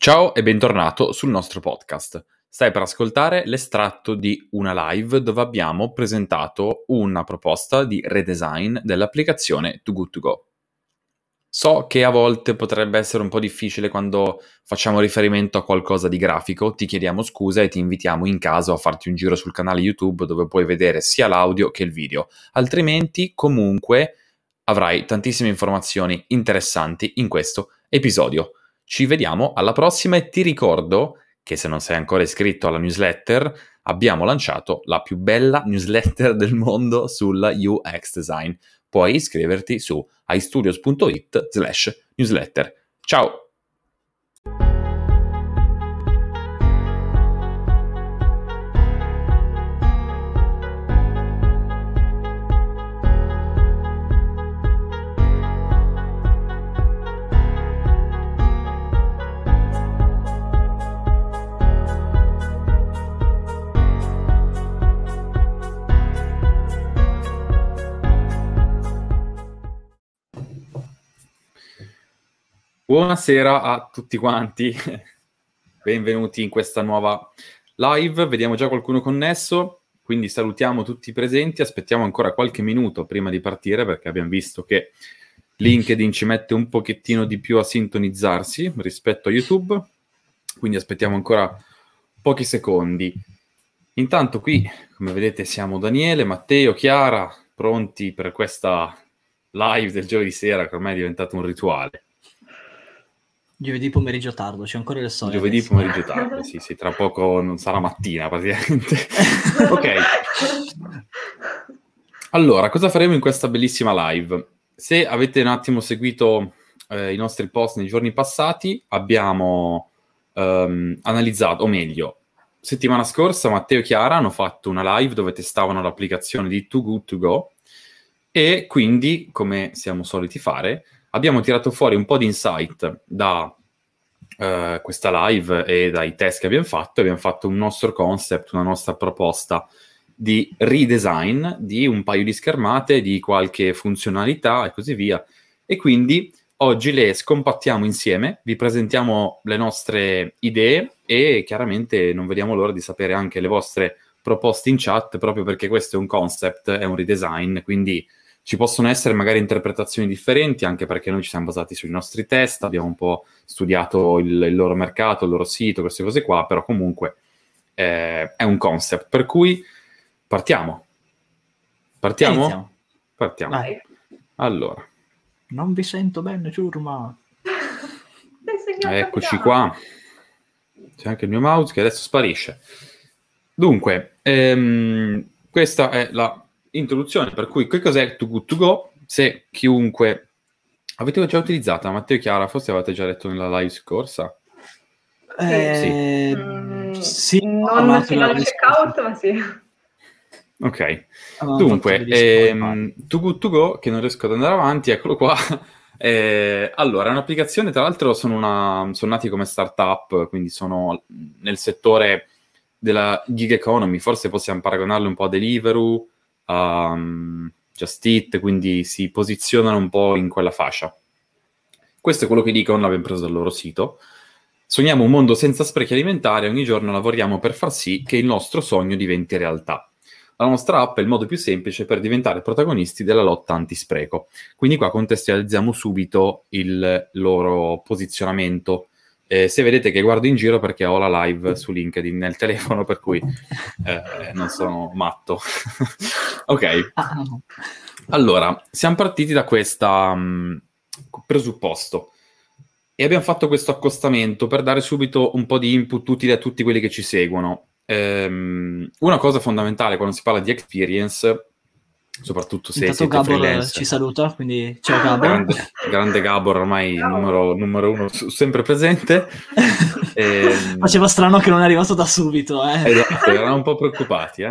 Ciao e bentornato sul nostro podcast. Stai per ascoltare l'estratto di una live dove abbiamo presentato una proposta di redesign dell'applicazione Too Good To Go. So che a volte potrebbe essere un po' difficile quando facciamo riferimento a qualcosa di grafico, ti chiediamo scusa e ti invitiamo in caso a farti un giro sul canale YouTube dove puoi vedere sia l'audio che il video. Altrimenti, comunque, avrai tantissime informazioni interessanti in questo episodio. Ci vediamo alla prossima e ti ricordo che se non sei ancora iscritto alla newsletter, abbiamo lanciato la più bella newsletter del mondo sulla UX design. Puoi iscriverti su istudios.it/newsletter. Ciao! Buonasera a tutti quanti, benvenuti in questa nuova live, vediamo già qualcuno connesso, quindi salutiamo tutti i presenti, aspettiamo ancora qualche minuto prima di partire perché abbiamo visto che LinkedIn ci mette un pochettino di più a sintonizzarsi rispetto a YouTube, quindi aspettiamo ancora pochi secondi. Intanto qui, come vedete, siamo Daniele, Matteo, Chiara, pronti per questa live del giovedì sera che ormai è diventato un rituale. Giovedì pomeriggio tardo, c'è ancora il sole. Giovedì adesso. pomeriggio tardo, sì, tra poco non sarà mattina praticamente. Ok. Allora, cosa faremo in questa bellissima live? Se avete un attimo seguito i nostri post nei giorni passati, abbiamo analizzato, o meglio, settimana scorsa Matteo e Chiara hanno fatto una live dove testavano l'applicazione di Too Good To Go e quindi, come siamo soliti fare, abbiamo tirato fuori un po' di insight da questa live e dai test che abbiamo fatto un nostro concept, una nostra proposta di redesign di un paio di schermate, di qualche funzionalità e così via. E quindi oggi le scompattiamo insieme, vi presentiamo le nostre idee e chiaramente non vediamo l'ora di sapere anche le vostre proposte in chat, proprio perché questo è un concept, è un redesign, quindi ci possono essere magari interpretazioni differenti, anche perché noi ci siamo basati sui nostri test, abbiamo un po' studiato il loro mercato, il loro sito, queste cose qua, però comunque è un concept. Per cui partiamo. Partiamo? Partiamo. Vai. Allora. Non vi sento bene, ciurma. Eccoci qua. C'è anche il mio mouse che adesso sparisce. Dunque, questa è la introduzione, per cui che cos'è Too Good To Go? Se chiunque avete già utilizzata, Matteo e Chiara, forse avete già letto nella live scorsa? Sì. Non fino al checkout, ma sì. Ok, dunque, Too Good To Go, che non riesco ad andare avanti, eccolo qua. Allora, è un'applicazione, tra l'altro sono nati come startup, quindi sono nel settore della gig economy, forse possiamo paragonarlo un po' a Deliveroo, Just Eat, quindi si posizionano un po' in quella fascia. Questo è quello che dicono, l'abbiamo preso dal loro sito. Sogniamo un mondo senza sprechi alimentari, ogni giorno lavoriamo per far sì che il nostro sogno diventi realtà. La nostra app è il modo più semplice per diventare protagonisti della lotta antispreco. Quindi qua contestualizziamo subito il loro posizionamento. Se vedete che guardo in giro perché ho la live su LinkedIn nel telefono, per cui non sono matto. Ok. Allora, siamo partiti da questo presupposto e abbiamo fatto questo accostamento per dare subito un po' di input utile a tutti quelli che ci seguono. Una cosa fondamentale quando si parla di experience, soprattutto se siete Gabor freelance, ci saluta, quindi ciao Gabor. Grande Gabor, ormai numero uno, sempre presente. Faceva strano che non è arrivato da subito. Esatto, erano un po' preoccupati.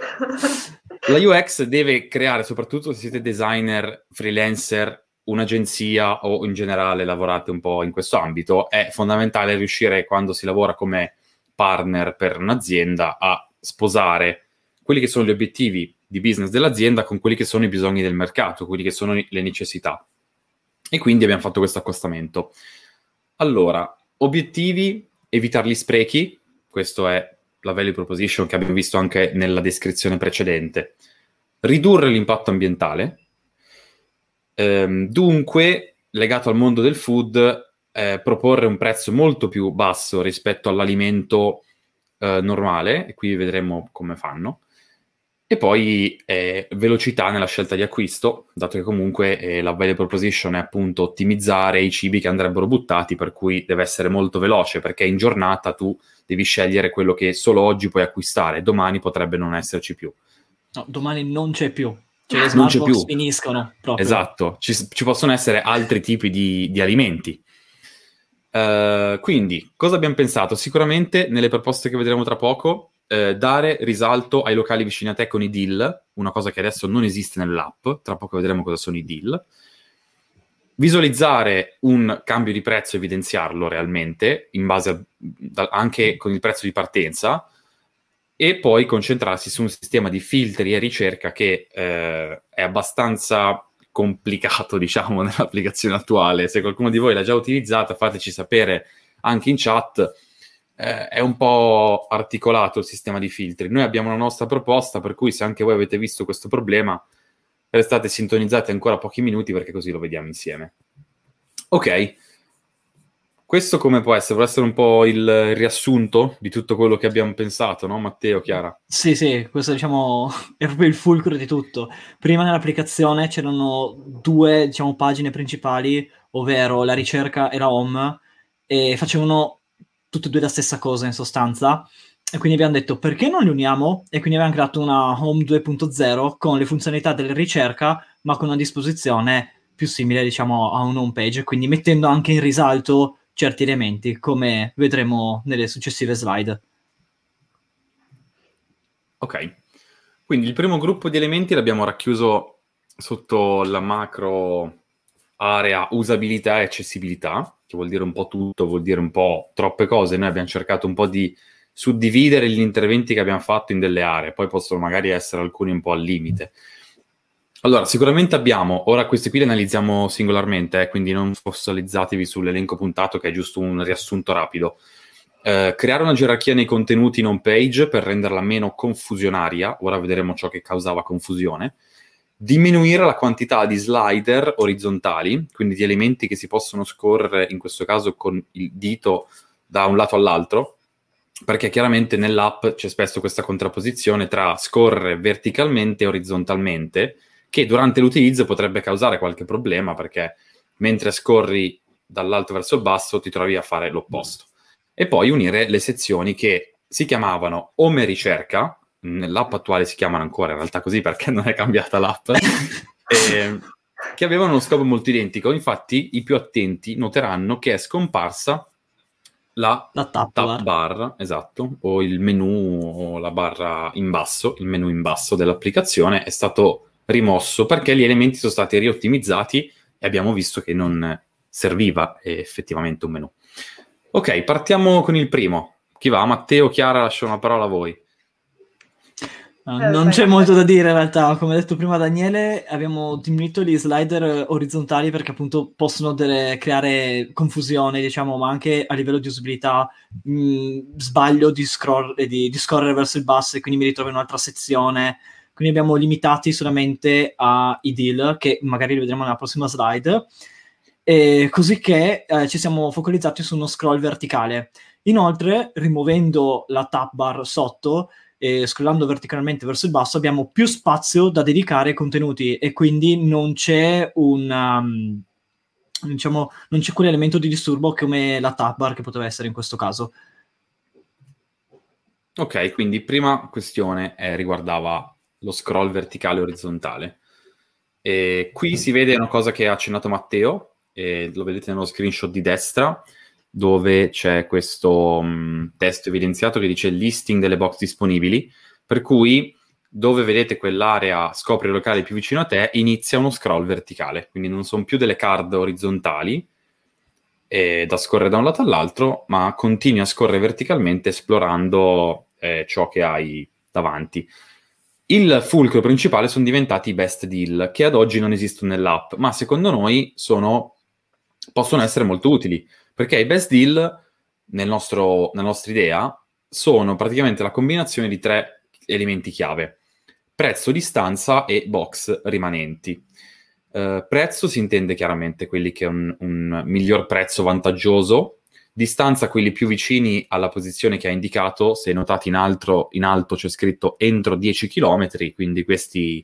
La UX deve creare, soprattutto se siete designer, freelancer, un'agenzia o in generale lavorate un po' in questo ambito, è fondamentale riuscire, quando si lavora come partner per un'azienda, a sposare quelli che sono gli obiettivi di business dell'azienda con quelli che sono i bisogni del mercato, quelli che sono le necessità. E quindi abbiamo fatto questo accostamento. Allora, Obiettivi: evitare gli sprechi, questo è la value proposition che abbiamo visto anche nella descrizione precedente. Ridurre l'impatto ambientale, dunque, legato al mondo del food, proporre un prezzo molto più basso rispetto all'alimento normale, e qui vedremo come fanno. E poi velocità nella scelta di acquisto, dato che comunque la value proposition è appunto ottimizzare i cibi che andrebbero buttati, per cui deve essere molto veloce, perché in giornata tu devi scegliere quello che solo oggi puoi acquistare, domani potrebbe non esserci più. No, domani non c'è più. Cioè le smart box finiscono proprio. Esatto, ci possono essere altri tipi di alimenti. Quindi, cosa abbiamo pensato? Sicuramente, nelle proposte che vedremo tra poco, dare risalto ai locali vicini a te con i deal, una cosa che adesso non esiste nell'app, tra poco vedremo cosa sono i deal. Visualizzare un cambio di prezzo, evidenziarlo realmente, in base anche con il prezzo di partenza, e poi concentrarsi su un sistema di filtri e ricerca che è abbastanza complicato, diciamo, nell'applicazione attuale. Se qualcuno di voi l'ha già utilizzata, fateci sapere anche in chat. È un po' articolato il sistema di filtri. Noi abbiamo una nostra proposta, per cui se anche voi avete visto questo problema, restate sintonizzati ancora pochi minuti, perché così lo vediamo insieme. Ok, questo come può essere? Può essere un po' il riassunto di tutto quello che abbiamo pensato, no Matteo, Chiara? Sì, questo diciamo è proprio il fulcro di tutto. Prima nell'applicazione c'erano due, diciamo, pagine principali, ovvero la ricerca e la home, e facevano tutte e due la stessa cosa in sostanza, e quindi abbiamo detto perché non li uniamo, e quindi abbiamo creato una home 2.0 con le funzionalità della ricerca, ma con una disposizione più simile, diciamo, a un home page, quindi mettendo anche in risalto certi elementi, come vedremo nelle successive slide. Ok, quindi il primo gruppo di elementi l'abbiamo racchiuso sotto la macro area usabilità e accessibilità, che vuol dire un po' tutto, vuol dire un po' troppe cose. Noi abbiamo cercato un po' di suddividere gli interventi che abbiamo fatto in delle aree, poi possono magari essere alcuni un po' al limite. Allora, sicuramente abbiamo, ora questi qui li analizziamo singolarmente, quindi non fossilizzatevi sull'elenco puntato, che è giusto un riassunto rapido. Creare una gerarchia nei contenuti in home page per renderla meno confusionaria, ora vedremo ciò che causava confusione. Diminuire la quantità di slider orizzontali, quindi di elementi che si possono scorrere, in questo caso con il dito da un lato all'altro, perché chiaramente nell'app c'è spesso questa contrapposizione tra scorrere verticalmente e orizzontalmente, che durante l'utilizzo potrebbe causare qualche problema, perché mentre scorri dall'alto verso il basso ti trovi a fare l'opposto. E poi unire le sezioni che si chiamavano home ricerca, nell'app attuale si chiamano ancora in realtà così perché non è cambiata l'app, che avevano uno scopo molto identico. Infatti i più attenti noteranno che è scomparsa la tab bar, esatto, o il menu, o la barra in basso, il menu in basso dell'applicazione è stato rimosso perché gli elementi sono stati riottimizzati e abbiamo visto che non serviva effettivamente un menu. Ok, partiamo con il primo. Chi va? Matteo, Chiara, lascio una parola a voi. Non c'è molto da dire in realtà, come ha detto prima Daniele, abbiamo diminuito gli slider orizzontali perché appunto possono creare confusione, diciamo, ma anche a livello di usabilità sbaglio di scorrere verso il basso e quindi mi ritrovo in un'altra sezione, quindi abbiamo limitati solamente ai deal, che magari li vedremo nella prossima slide, così che ci siamo focalizzati su uno scroll verticale. Inoltre, rimuovendo la tab bar sotto e scrollando verticalmente verso il basso abbiamo più spazio da dedicare ai contenuti e quindi non c'è diciamo, non c'è quell'elemento di disturbo come la tab bar che poteva essere in questo caso. Ok, quindi prima questione riguardava lo scroll verticale e orizzontale. E qui si vede una cosa che ha accennato Matteo, e lo vedete nello screenshot di destra, dove c'è questo testo evidenziato che dice listing delle box disponibili, per cui dove vedete quell'area scopri il locale più vicino a te, inizia uno scroll verticale, quindi non sono più delle card orizzontali da scorrere da un lato all'altro, ma continui a scorrere verticalmente esplorando ciò che hai davanti. Il fulcro principale sono diventati i best deal, che ad oggi non esistono nell'app, ma secondo noi possono essere molto utili, perché i best deal nella nostra idea, sono praticamente la combinazione di 3 elementi chiave: prezzo, distanza e box rimanenti. Prezzo si intende chiaramente quelli che un miglior prezzo vantaggioso, distanza quelli più vicini alla posizione che ha indicato. Se notate in alto c'è scritto entro 10 km, quindi questi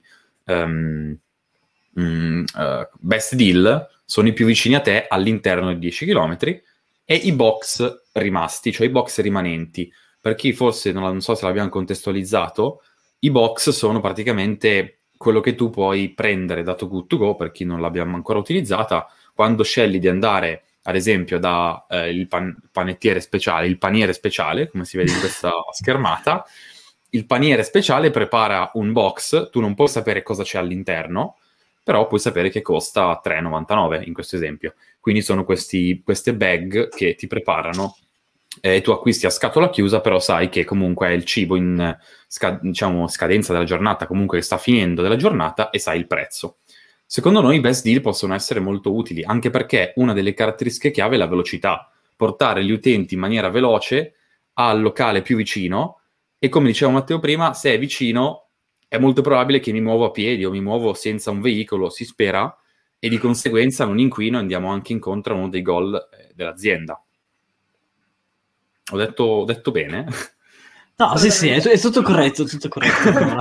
best deal sono i più vicini a te all'interno di 10 km, e i box rimasti, cioè i box rimanenti. Per chi forse non so se l'abbiamo contestualizzato, i box sono praticamente quello che tu puoi prendere da Too Good To Go, per chi non l'abbiamo ancora utilizzata, quando scegli di andare, ad esempio, da il panettiere speciale, il paniere speciale, come si vede in questa schermata. Il paniere speciale prepara un box, tu non puoi sapere cosa c'è all'interno, però puoi sapere che costa €3,99 in questo esempio. Quindi sono queste bag che ti preparano, tu acquisti a scatola chiusa, però sai che comunque è il cibo in scadenza della giornata, comunque che sta finendo della giornata, e sai il prezzo. Secondo noi i best deal possono essere molto utili, anche perché una delle caratteristiche chiave è la velocità, portare gli utenti in maniera veloce al locale più vicino, e come diceva Matteo prima, se è vicino è molto probabile che mi muovo a piedi o mi muovo senza un veicolo, si spera, e di conseguenza non inquino e andiamo anche incontro a uno dei goal dell'azienda. Ho detto bene? No, sì, è tutto corretto, tutto corretto.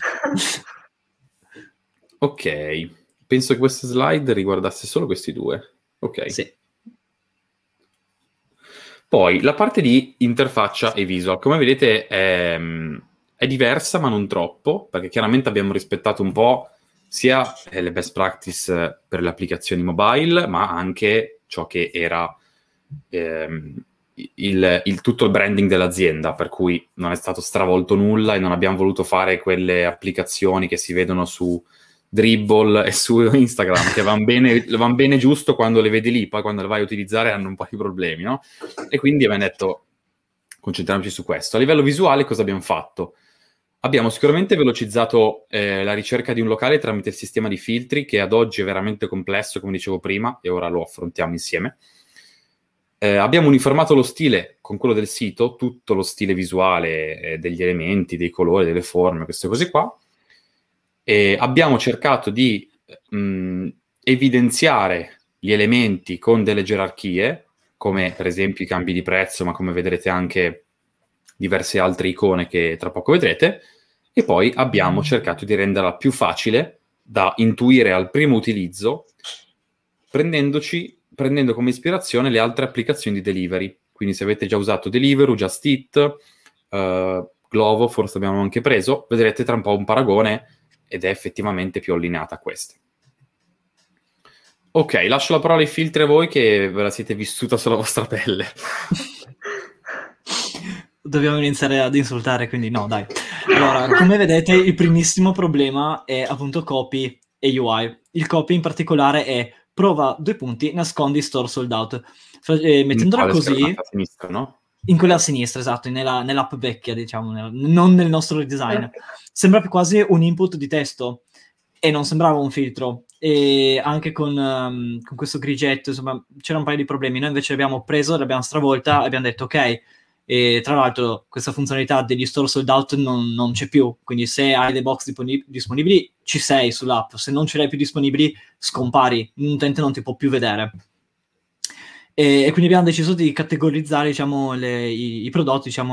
Ok, penso che questa slide riguardasse solo questi due. Ok. Sì. Poi, la parte di interfaccia e visual, come vedete è diversa, ma non troppo, perché chiaramente abbiamo rispettato un po' sia le best practice per le applicazioni mobile, ma anche ciò che era tutto il branding dell'azienda, per cui non è stato stravolto nulla e non abbiamo voluto fare quelle applicazioni che si vedono su Dribbble e su Instagram, che van bene giusto quando le vedi lì, poi quando le vai a utilizzare hanno un po' di problemi, no? E quindi abbiamo detto, concentriamoci su questo. A livello visuale cosa abbiamo fatto? Abbiamo sicuramente velocizzato la ricerca di un locale tramite il sistema di filtri, che ad oggi è veramente complesso, come dicevo prima, e ora lo affrontiamo insieme. Abbiamo uniformato lo stile con quello del sito, tutto lo stile visuale degli elementi, dei colori, delle forme, queste cose qua. E abbiamo cercato di evidenziare gli elementi con delle gerarchie, come per esempio i cambi di prezzo, ma come vedrete anche diverse altre icone che tra poco vedrete, e poi abbiamo cercato di renderla più facile da intuire al primo utilizzo, prendendo come ispirazione le altre applicazioni di delivery. Quindi se avete già usato Deliveroo, Just Eat, Glovo, forse abbiamo anche preso, vedrete tra un po' un paragone, ed è effettivamente più allineata a queste. Ok, lascio la parola ai filtri a voi, che ve la siete vissuta sulla vostra pelle. Dobbiamo iniziare ad insultare, quindi no, dai. Allora, come vedete, il primissimo problema è appunto copy e UI. Il copy in particolare è prova nascondi store sold out. Mettendola così... A sinistra, no? In quella a sinistra, esatto, nell'app vecchia, diciamo, non nel nostro redesign. Sembra quasi un input di testo, e non sembrava un filtro. E anche con questo grigetto, insomma, c'era un paio di problemi. Noi invece l'abbiamo stravolta e abbiamo detto ok. E tra l'altro questa funzionalità degli store sold out non c'è più, quindi se hai dei box disponibili ci sei sull'app, se non ce li hai più disponibili scompari, l'utente non ti può più vedere. E quindi abbiamo deciso di categorizzare, diciamo, i prodotti, diciamo,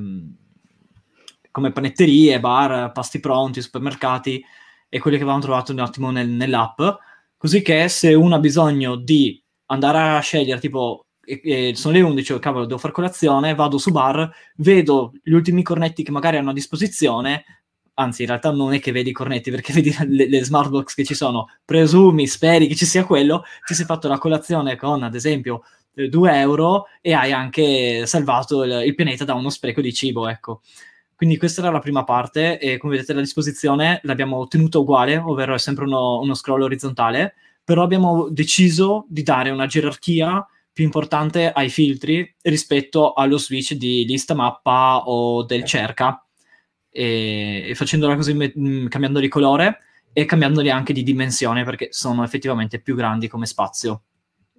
come panetterie, bar, pasti pronti, supermercati, e quelli che avevamo trovato un attimo nell'app, così che se uno ha bisogno di andare a scegliere, tipo sono le 11, cavolo, devo fare colazione, vado su bar, vedo gli ultimi cornetti che magari hanno a disposizione, anzi in realtà non è che vedi i cornetti, perché vedi le smartbox che ci sono, presumi, speri che ci sia quello, ti sei fatto la colazione con, ad esempio, €2 e hai anche salvato il pianeta da uno spreco di cibo, ecco. Quindi questa era la prima parte, e come vedete la disposizione l'abbiamo tenuta uguale, ovvero è sempre uno scroll orizzontale, però abbiamo deciso di dare una gerarchia più importante ai filtri rispetto allo switch di lista mappa o del cerca, e facendola così, cambiandoli colore e cambiandoli anche di dimensione, perché sono effettivamente più grandi come spazio.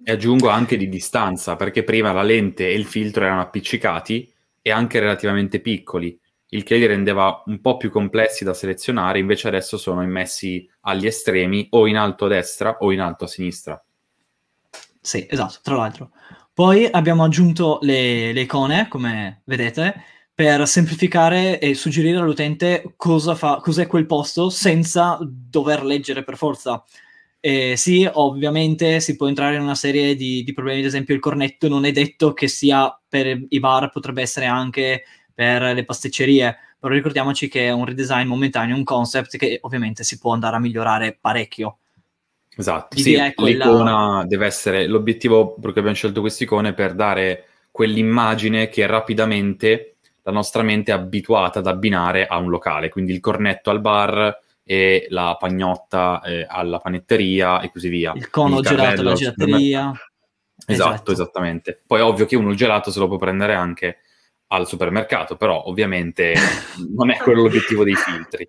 E aggiungo anche di distanza, perché prima la lente e il filtro erano appiccicati e anche relativamente piccoli, il che li rendeva un po' più complessi da selezionare, invece adesso sono immessi agli estremi, o in alto a destra o in alto a sinistra. Sì, esatto, tra l'altro. Poi abbiamo aggiunto le icone, come vedete, per semplificare e suggerire all'utente cos'è quel posto senza dover leggere per forza. Sì, ovviamente si può entrare in una serie di problemi, ad esempio il cornetto non è detto che sia per i bar, potrebbe essere anche per le pasticcerie, però ricordiamoci che è un redesign momentaneo, un concept che ovviamente si può andare a migliorare parecchio. Esatto, L'idea sì, è quella... l'icona deve essere l'obiettivo perché abbiamo scelto questa icona è per dare quell'immagine che rapidamente la nostra mente è abituata ad abbinare a un locale, quindi il cornetto al bar e la pagnotta alla panetteria e così via. Il cono Il gelato carrello alla al supermercato. gelateria. Esatto, esattamente. Poi è ovvio che uno il gelato se lo può prendere anche al supermercato, però ovviamente non è quello l'obiettivo dei filtri.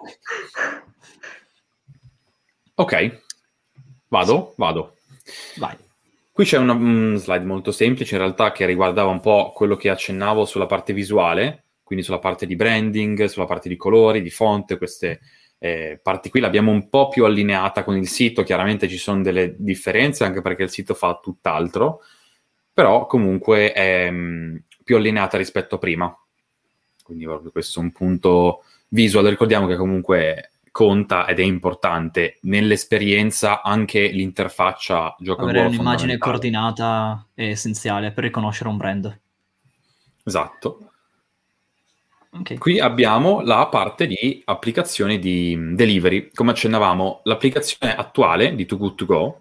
Ok, vado. Vai. Qui c'è una slide molto semplice in realtà che riguardava un po' quello che accennavo sulla parte visuale, quindi sulla parte di branding, sulla parte di colori, di font, queste parti qui l'abbiamo un po' più allineata con il sito, chiaramente ci sono delle differenze anche perché il sito fa tutt'altro, però comunque è più allineata rispetto a prima. Quindi proprio questo è un punto visual, ricordiamo che comunque conta ed è importante nell'esperienza anche l'interfaccia gioca un Avere ruolo un'immagine fondamentale. coordinata è essenziale per riconoscere un brand. Esatto. Okay. Qui abbiamo la parte di applicazioni di delivery. Come accennavamo, l'applicazione attuale di Too Good To Go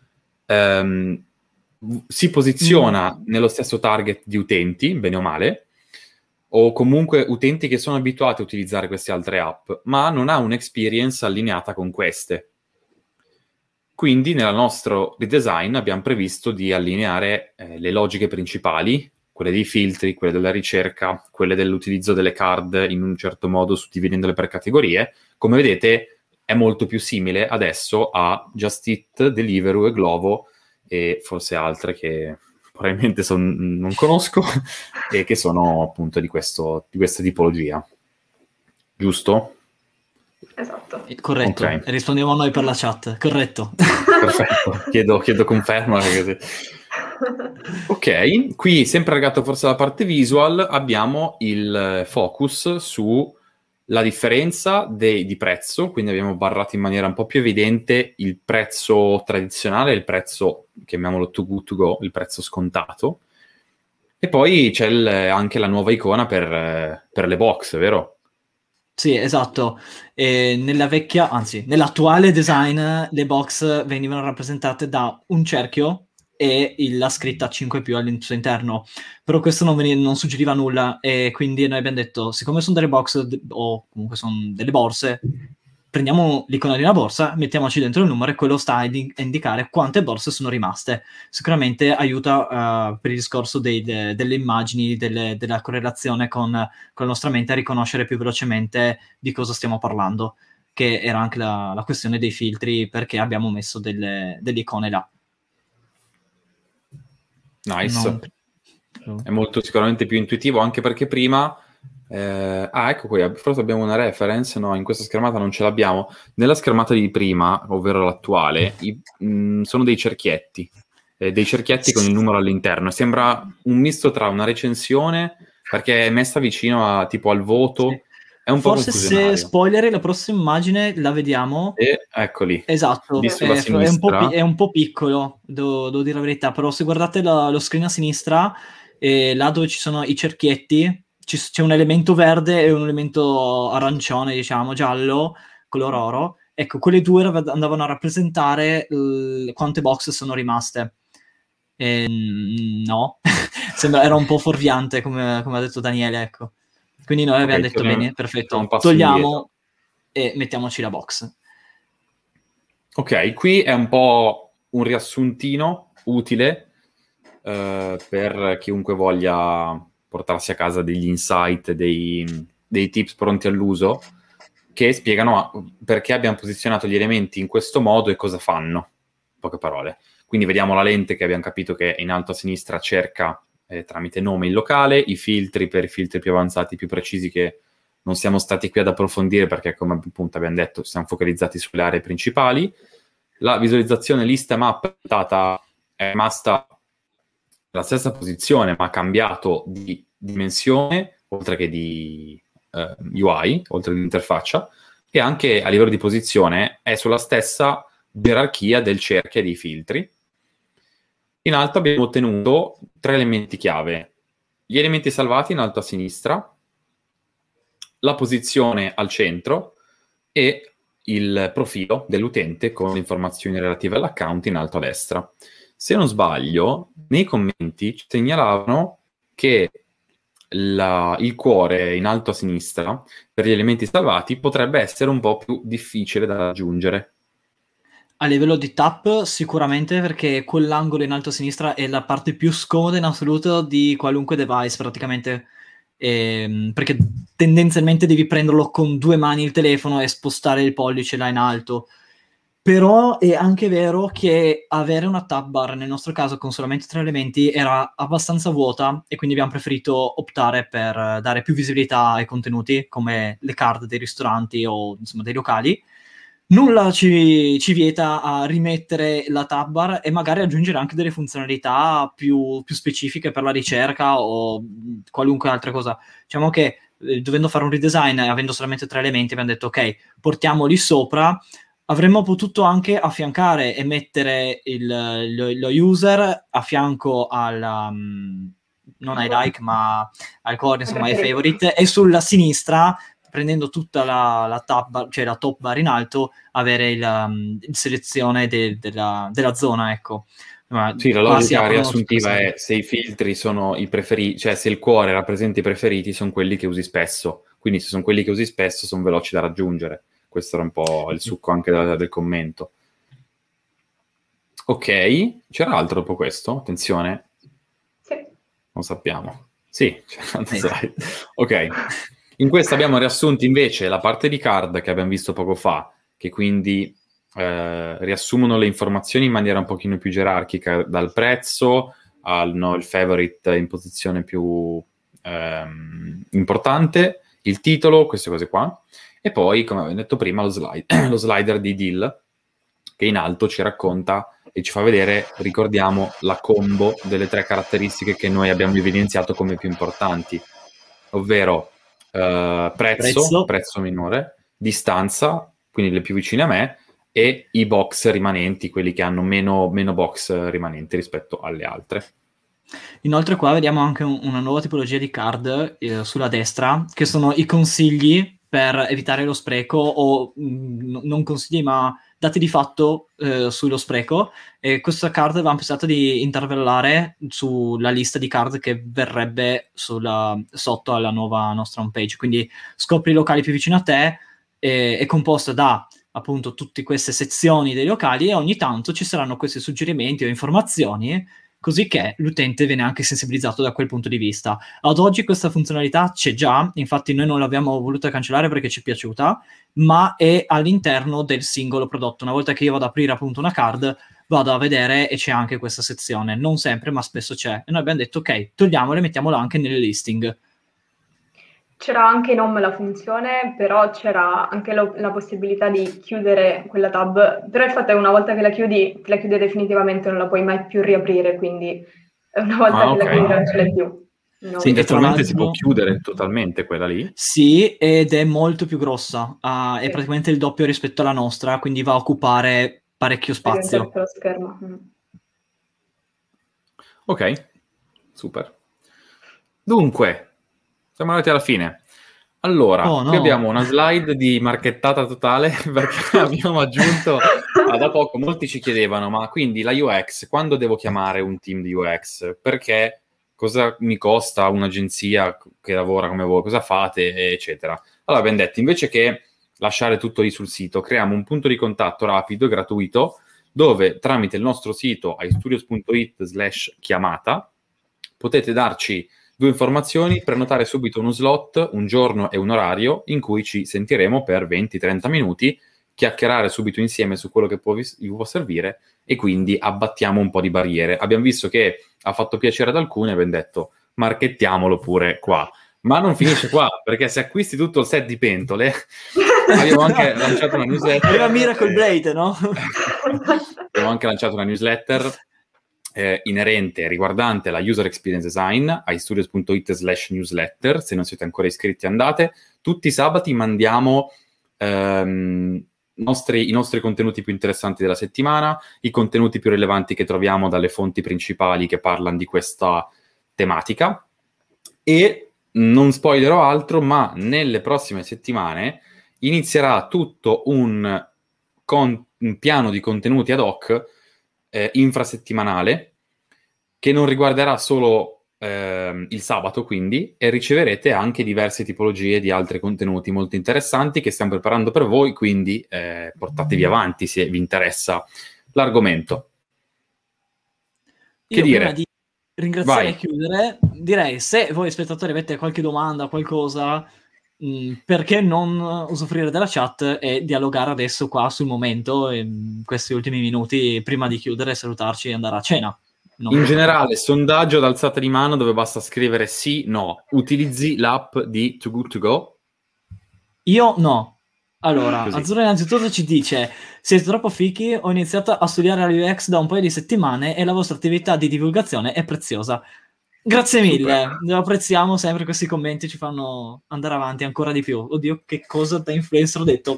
si posiziona nello stesso target di utenti, bene o male, o comunque utenti che sono abituati a utilizzare queste altre app, ma non ha un'experience allineata con queste. Quindi nel nostro redesign abbiamo previsto di allineare le logiche principali, quelle dei filtri, quelle della ricerca, quelle dell'utilizzo delle card in un certo modo suddividendole per categorie. Come vedete è molto più simile adesso a Just Eat, Deliveroo e Glovo e forse altre che probabilmente non conosco e che sono appunto di questa tipologia. Giusto? Esatto. Corretto, Okay. rispondiamo a noi per la chat, corretto. Perfetto, chiedo conferma. Ok, qui sempre legato forse alla parte visual abbiamo il focus sulla differenza di prezzo, quindi abbiamo barrato in maniera un po' più evidente il prezzo tradizionale, il prezzo, chiamiamolo Too Good To Go, il prezzo scontato, e poi c'è anche la nuova icona per le box, vero? Sì, esatto. Nell'attuale design le box venivano rappresentate da un cerchio e la scritta 5 più al suo interno. Però questo non suggeriva nulla e quindi noi abbiamo detto, siccome sono delle box o comunque sono delle borse, prendiamo l'icona di una borsa, mettiamoci dentro il numero e quello sta a indicare quante borse sono rimaste. Sicuramente aiuta per il discorso delle immagini, della correlazione con la nostra mente a riconoscere più velocemente di cosa stiamo parlando, che era anche la questione dei filtri, perché abbiamo messo delle icone là. Nice. È molto sicuramente più intuitivo, anche perché prima... ecco qui, forse abbiamo una reference, no, in questa schermata non ce l'abbiamo. Nella schermata di prima, ovvero l'attuale, sono dei cerchietti con il numero all'interno. Sembra un misto tra una recensione, perché è messa vicino a, tipo al voto, Sì. è un po' Forse confusionario. se spoileri la prossima immagine la vediamo. E eccoli. Esatto, Lì sulla è sinistra. è un po' piccolo, devo dire la verità, però se guardate lo screen a sinistra, là dove ci sono i cerchietti, c'è un elemento verde e un elemento arancione, diciamo, giallo, color oro. Ecco, quelle due andavano a rappresentare quante box sono rimaste. No, era un po' fuorviante, come ha detto Daniele, ecco. Quindi noi abbiamo detto, bene, perfetto, un passo togliamo indietro. e mettiamoci la box. Ok, qui è un po' un riassuntino utile per chiunque voglia portarsi a casa degli insight, dei tips pronti all'uso, che spiegano perché abbiamo posizionato gli elementi in questo modo e cosa fanno, in poche parole. Quindi vediamo la lente che abbiamo capito che in alto a sinistra cerca tramite nome il locale, i filtri per i filtri più avanzati, più precisi, che non siamo stati qui ad approfondire perché, come appunto abbiamo detto, siamo focalizzati sulle aree principali. La visualizzazione lista map è rimasta la stessa posizione, ma ha cambiato di dimensione, oltre che di UI, oltre che di interfaccia, e anche a livello di posizione è sulla stessa gerarchia del cerchio e dei filtri. In alto abbiamo ottenuto 3 elementi chiave: gli elementi salvati in alto a sinistra, la posizione al centro e il profilo dell'utente con le informazioni relative all'account in alto a destra. Se non sbaglio, nei commenti ci segnalavano che il cuore in alto a sinistra per gli elementi salvati potrebbe essere un po' più difficile da raggiungere. A livello di tap sicuramente, perché quell'angolo in alto a sinistra è la parte più scomoda in assoluto di qualunque device praticamente, perché tendenzialmente devi prenderlo con 2 mani il telefono e spostare il pollice là in alto. Però è anche vero che avere una tab bar nel nostro caso con solamente 3 elementi era abbastanza vuota, e quindi abbiamo preferito optare per dare più visibilità ai contenuti come le card dei ristoranti o insomma dei locali. Nulla ci vieta a rimettere la tab bar e magari aggiungere anche delle funzionalità più specifiche per la ricerca o qualunque altra cosa. Diciamo che dovendo fare un redesign e avendo solamente 3 elementi abbiamo detto ok, portiamoli sopra. Avremmo potuto anche affiancare e mettere lo user a fianco non ai like ma al core, insomma ai favorite, e sulla sinistra, prendendo tutta la tab bar, cioè la top bar in alto, avere il selezione della zona, ecco. Sì, la logica riassuntiva è: se i filtri sono i preferiti, cioè se il cuore rappresenta i preferiti, sono quelli che usi spesso. Quindi se sono quelli che usi spesso, sono veloci da raggiungere. Questo era un po' il succo anche del commento. Ok, c'era altro dopo questo? Attenzione. Sì. Non sappiamo. Sì, c'era un slide. Ok. In questo abbiamo riassunto invece la parte di card che abbiamo visto poco fa, che quindi riassumono le informazioni in maniera un pochino più gerarchica, dal prezzo il favorite in posizione più importante, il titolo, queste cose qua, e poi, come avevo detto prima, lo slider di deal, che in alto ci racconta e ci fa vedere, ricordiamo, la combo delle 3 caratteristiche che noi abbiamo evidenziato come più importanti, ovvero prezzo minore, distanza, quindi le più vicine a me, e i box rimanenti, quelli che hanno meno box rimanenti rispetto alle altre. Inoltre qua vediamo anche una nuova tipologia di card sulla destra, che sono i consigli per evitare lo spreco, o non consigli ma dati di fatto sullo spreco, e questa card avevamo pensato di intervallare sulla lista di card che verrebbe sotto alla nuova nostra homepage. Quindi scopri i locali più vicini a te, è composta da appunto tutte queste sezioni dei locali, e ogni tanto ci saranno questi suggerimenti o informazioni, così che l'utente viene anche sensibilizzato da quel punto di vista. Ad oggi questa funzionalità c'è già, infatti noi non l'abbiamo voluta cancellare perché ci è piaciuta, ma è all'interno del singolo prodotto. Una volta che io vado ad aprire appunto una card, vado a vedere e c'è anche questa sezione. Non sempre, ma spesso c'è. E noi abbiamo detto ok, togliamola e mettiamola anche nelle listing. C'era anche in home la funzione, però c'era anche la possibilità di chiudere quella tab. Però il fatto è che una volta che la chiudi definitivamente, non la puoi mai più riaprire, quindi una volta che la chiudi non ce l'hai più. No. Sì, virtualmente si può chiudere totalmente quella lì? Sì, ed è molto più grossa. È praticamente il doppio rispetto alla nostra, quindi va a occupare parecchio spazio. Lo schermo. Ok, super. Dunque, siamo arrivati alla fine. Allora, qui abbiamo una slide di marchettata totale, perché abbiamo aggiunto da poco. Molti ci chiedevano: ma quindi la UX, quando devo chiamare un team di UX? Perché cosa mi costa un'agenzia che lavora come voi? Cosa fate? Eccetera. Allora abbiamo detto, invece che lasciare tutto lì sul sito, creiamo un punto di contatto rapido e gratuito, dove tramite il nostro sito istudios.it/chiamata potete darci 2 informazioni, prenotare subito uno slot, un giorno e un orario, in cui ci sentiremo per 20-30 minuti chiacchierare subito insieme su quello che vi può servire, e quindi abbattiamo un po' di barriere. Abbiamo visto che ha fatto piacere ad alcuni e abbiamo detto marchettiamolo pure qua. Ma non finisce qua, perché se acquisti tutto il set di pentole, abbiamo anche lanciato una newsletter. Aveva Miracle Blade, no? Abbiamo anche lanciato una newsletter inerente, riguardante la user experience design, istudios.it/newsletter. Se non siete ancora iscritti andate. Tutti i sabati mandiamo i nostri contenuti più interessanti della settimana, i contenuti più rilevanti che troviamo dalle fonti principali che parlano di questa tematica, e non spoilerò altro, ma nelle prossime settimane inizierà tutto un piano di contenuti ad hoc infrasettimanale, che non riguarderà solo il sabato, quindi, e riceverete anche diverse tipologie di altri contenuti molto interessanti che stiamo preparando per voi, quindi portatevi avanti se vi interessa l'argomento. Che dire? Prima di ringraziare e chiudere, direi, se voi spettatori avete qualche domanda, qualcosa, perché non usufruire della chat e dialogare adesso qua sul momento, in questi ultimi minuti, prima di chiudere, salutarci e andare a cena. In generale, sondaggio ad alzata di mano dove basta scrivere sì, no. Utilizzi l'app di Too Good To Go? Io no. Allora, Azzurra innanzitutto ci dice: siete troppo fichi, ho iniziato a studiare la UX da un paio di settimane e la vostra attività di divulgazione è preziosa. Grazie mille, lo apprezziamo sempre, questi commenti ci fanno andare avanti ancora di più. Oddio, che cosa da influencer ho detto?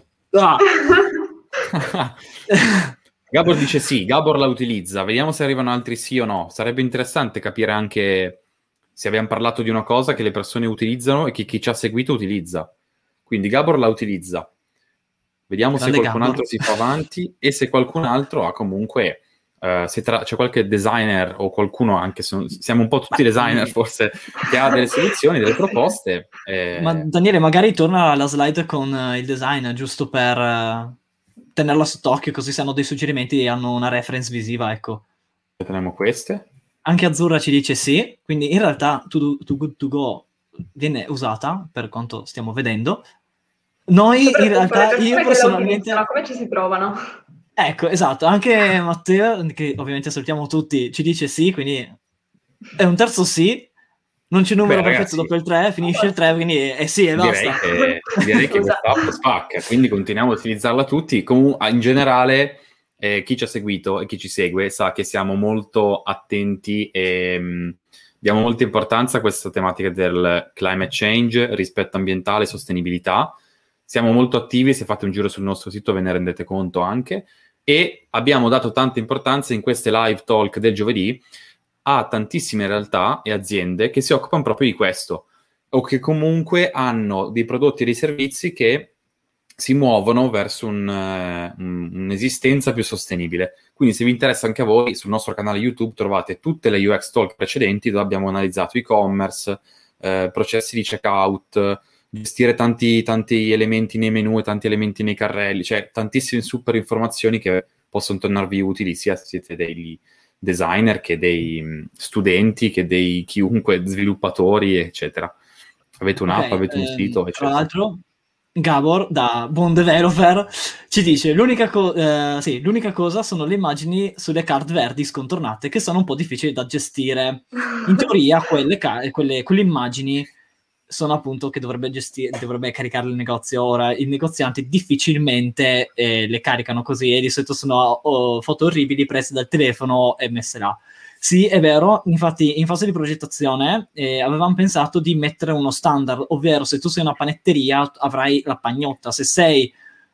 Gabor dice sì, Gabor la utilizza. Vediamo se arrivano altri sì o no. Sarebbe interessante capire anche se abbiamo parlato di una cosa che le persone utilizzano e che chi ci ha seguito utilizza. Quindi Gabor la utilizza. Vediamo se qualcun altro si fa avanti, e se qualcun altro ha comunque... c'è qualche designer o qualcuno, anche se siamo un po' tutti designer forse, che ha delle soluzioni, delle proposte. Ma Daniele, magari torna alla slide con il design, giusto per tenerla sott'occhio, così se hanno dei suggerimenti e hanno una reference visiva, ecco. Teniamo queste. Anche Azzurra ci dice sì, quindi in realtà Too Good To Go viene usata, per quanto stiamo vedendo. Noi in realtà, io personalmente... Come ci si trovano? Ecco, esatto, anche Matteo, che ovviamente salutiamo tutti, ci dice sì, quindi è un terzo sì, non c'è numero perfetto dopo il 3, finisce il 3, quindi è sì e basta. Direi che questa app spacca, quindi continuiamo a utilizzarla tutti. Comunque, in generale, chi ci ha seguito e chi ci segue sa che siamo molto attenti e diamo molta importanza a questa tematica del climate change, rispetto ambientale e sostenibilità. Siamo molto attivi, se fate un giro sul nostro sito ve ne rendete conto anche, e abbiamo dato tanta importanza in queste live talk del giovedì a tantissime realtà e aziende che si occupano proprio di questo, o che comunque hanno dei prodotti e dei servizi che si muovono verso un'esistenza più sostenibile. Quindi se vi interessa anche a voi, sul nostro canale YouTube trovate tutte le UX talk precedenti dove abbiamo analizzato e-commerce, processi di checkout, gestire tanti elementi nei menu e tanti elementi nei carrelli, cioè tantissime super informazioni che possono tornarvi utili sia se siete dei designer che dei studenti che dei chiunque sviluppatori eccetera. Avete un'app, avete un sito eccetera. Tra l'altro Gabor, da buon developer, ci dice l'unica cosa sono le immagini sulle card verdi scontornate, che sono un po' difficili da gestire. In teoria quelle immagini sono appunto che dovrebbe caricare il negozio. Ora i negozianti difficilmente le caricano così, e di solito sono foto orribili prese dal telefono e messe là. Sì, è vero, infatti in fase di progettazione avevamo pensato di mettere uno standard, ovvero se tu sei una panetteria avrai la pagnotta, se sei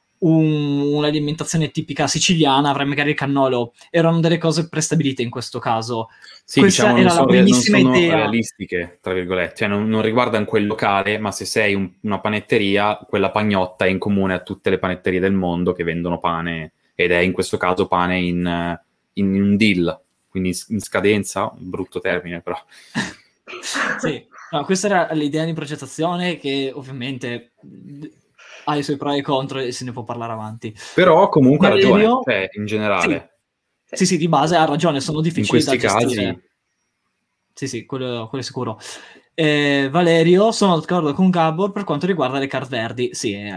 un'alimentazione tipica siciliana avrai magari il cannolo. Erano delle cose prestabilite in questo caso. Sì, questa diciamo, era la primissima idea. Non sono realistiche, tra virgolette, cioè non riguardano quel locale, ma se sei una panetteria, quella pagnotta è in comune a tutte le panetterie del mondo che vendono pane, ed è in questo caso pane in un deal, quindi in scadenza, un brutto termine però. Sì, no, questa era l'idea di progettazione, che ovviamente ha i suoi pro e i contro e se ne può parlare avanti. Però comunque ha ragione, cioè, in generale. Sì, di base ha ragione, sono difficili da gestire. In questi casi... Sì, quello è sicuro. Valerio, sono d'accordo con Gabor per quanto riguarda le card verdi. Sì,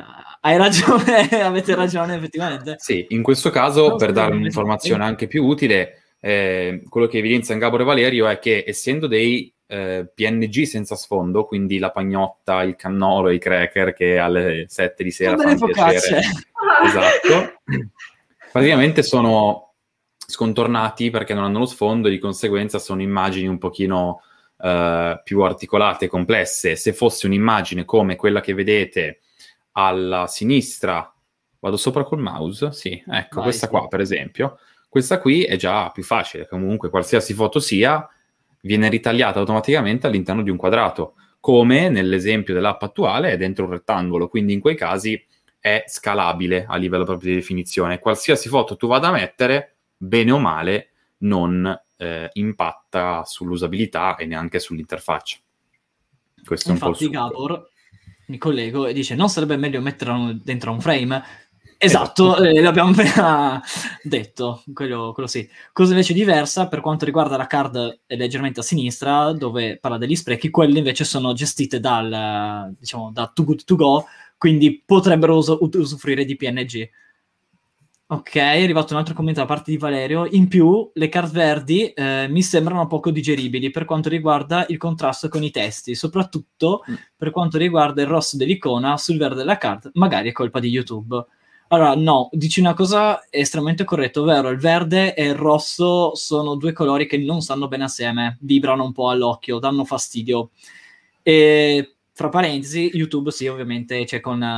Hai ragione, avete ragione effettivamente. Sì, in questo caso, per dare un'informazione anche più utile, quello che evidenziano Gabor e Valerio è che essendo dei PNG senza sfondo, quindi la pagnotta, il cannolo e i cracker che alle 7 di sera fanno piacere, esatto, praticamente sono scontornati perché non hanno lo sfondo e di conseguenza sono immagini un pochino più articolate e complesse. Se fosse un'immagine come quella che vedete alla sinistra, vado sopra col mouse, sì, ecco, questa qua per esempio, questa qui è già più facile, comunque qualsiasi foto sia, viene ritagliata automaticamente all'interno di un quadrato, come nell'esempio dell'app attuale è dentro un rettangolo, quindi in quei casi è scalabile a livello proprio di definizione. Qualsiasi foto tu vada a mettere, bene o male, non impatta sull'usabilità e neanche sull'interfaccia. Questo infatti è un po' il Gabor, mi collego e dice non sarebbe meglio metterlo dentro un frame? Esatto. L'abbiamo appena detto, quello sì. Cosa invece diversa per quanto riguarda la card è leggermente a sinistra, dove parla degli sprechi, quelle invece sono gestite da Too Good To Go, quindi potrebbero usufruire di PNG. Ok, è arrivato un altro commento da parte di Valerio. In più, le card verdi mi sembrano poco digeribili per quanto riguarda il contrasto con i testi, soprattutto per quanto riguarda il rosso dell'icona sul verde della card. Magari è colpa di YouTube. Allora, no, dici una cosa estremamente corretta, ovvero il verde e il rosso sono due colori che non stanno bene assieme, vibrano un po' all'occhio, danno fastidio. E fra parentesi, YouTube sì, ovviamente c'è con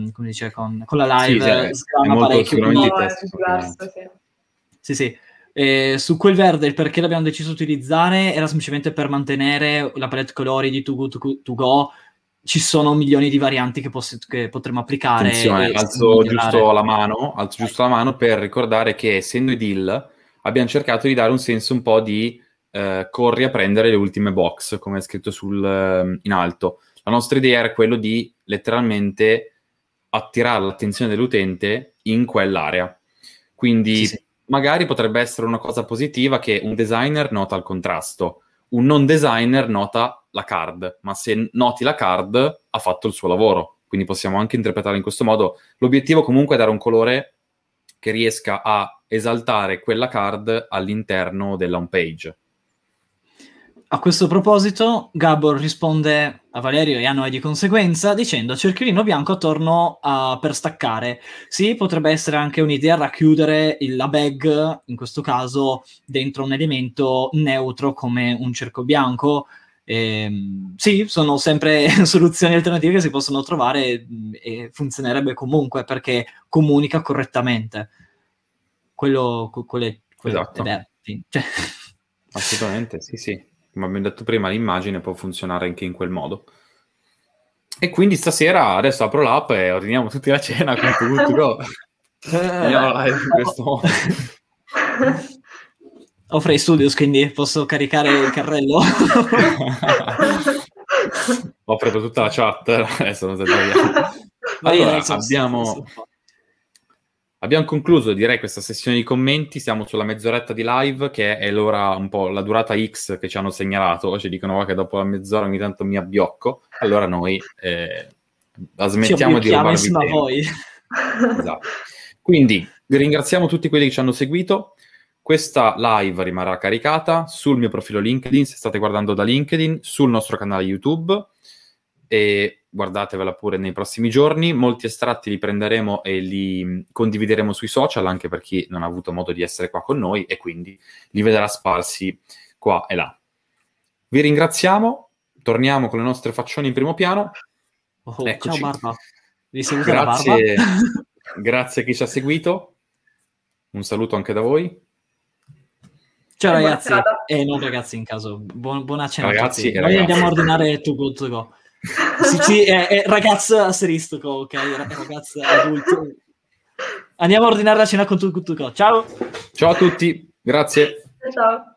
la live, è molto sicuramente diverso, sì. Sì. Su quel verde il perché l'abbiamo deciso di utilizzare era semplicemente per mantenere la palette colori di Too Good To Go. Ci sono milioni di varianti che potremmo applicare. Attenzione, alzo giusto la mano per ricordare che essendo i deal abbiamo cercato di dare un senso un po' di corri a prendere le ultime box, come è scritto in alto. La nostra idea era quello di letteralmente attirare l'attenzione dell'utente in quell'area. Quindi magari potrebbe essere una cosa positiva che un designer nota il contrasto, un non designer nota la card, ma se noti la card ha fatto il suo lavoro. Quindi possiamo anche interpretarla in questo modo. L'obiettivo comunque è dare un colore che riesca a esaltare quella card all'interno della home page. A questo proposito, Gabor risponde a Valerio e a noi di conseguenza dicendo cerchiolino bianco attorno per staccare. Sì, potrebbe essere anche un'idea racchiudere la bag, in questo caso, dentro un elemento neutro come un cerco bianco. Sì, sono sempre soluzioni alternative che si possono trovare e funzionerebbe comunque perché comunica correttamente. Quello esatto. Cioè. Assolutamente, sì. Come abbiamo detto prima, l'immagine può funzionare anche in quel modo. E quindi stasera adesso apro l'app e ordiniamo tutti la cena con Too Good To Go. Andiamo live in questo modo. Ho Free Studios, quindi posso caricare il carrello. Ho aperto tutta la chat, adesso non allora, abbiamo concluso, direi, questa sessione di commenti. Siamo sulla mezz'oretta di live, che è l'ora, un po' la durata X che ci hanno segnalato. Ci dicono che dopo la mezz'ora ogni tanto mi abbiocco. Allora noi la smettiamo di rubarvi tempo. Voi. Esatto. Quindi vi ringraziamo tutti quelli che ci hanno seguito. Questa live rimarrà caricata sul mio profilo LinkedIn, se state guardando da LinkedIn, sul nostro canale YouTube, e guardatevela pure nei prossimi giorni. Molti estratti li prenderemo e li condivideremo sui social, anche per chi non ha avuto modo di essere qua con noi, e quindi li vedrà sparsi qua e là. Vi ringraziamo, torniamo con le nostre faccioni in primo piano. Eccoci. Ciao Barba. Grazie a chi ci ha seguito. Un saluto anche da voi. Ciao ragazzi, non ragazzi in caso, buona cena ragazzi a tutti. Noi andiamo a ordinare Too Good To Go. Sì, ragazzo asteristico, ok? Ragazzi adulti. Andiamo a ordinare la cena con Too Good To Go. Ciao! Ciao a tutti, grazie. Ciao.